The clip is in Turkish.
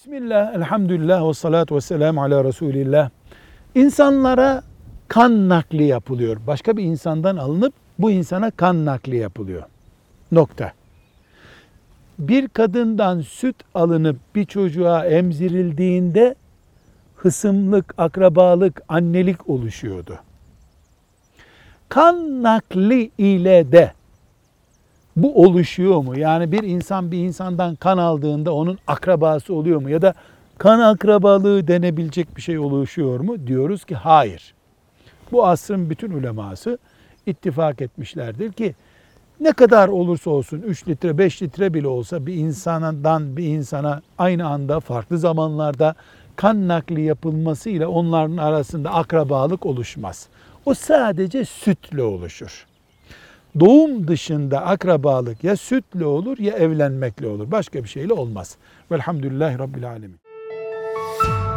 Bismillah, elhamdülillah ve salatu ve selamu ala Resulillah. İnsanlara kan nakli yapılıyor. Başka bir insandan alınıp bu insana kan nakli yapılıyor. Nokta. Bir kadından süt alınıp bir çocuğa emzirildiğinde hısımlık, akrabalık, annelik oluşuyordu. Kan nakli ile de bu oluşuyor mu? Yani bir insan bir insandan kan aldığında onun akrabası oluyor mu? Ya da kan akrabalığı denebilecek bir şey oluşuyor mu? Diyoruz ki hayır. Bu asrın bütün uleması ittifak etmişlerdir ki ne kadar olursa olsun 3 litre 5 litre bile olsa bir insandan bir insana aynı anda farklı zamanlarda kan nakli yapılmasıyla onların arasında akrabalık oluşmaz. O sadece sütle oluşur. Doğum dışında akrabalık ya sütle olur ya evlenmekle olur. Başka bir şeyle olmaz. Velhamdülillahi Rabbil Alemin.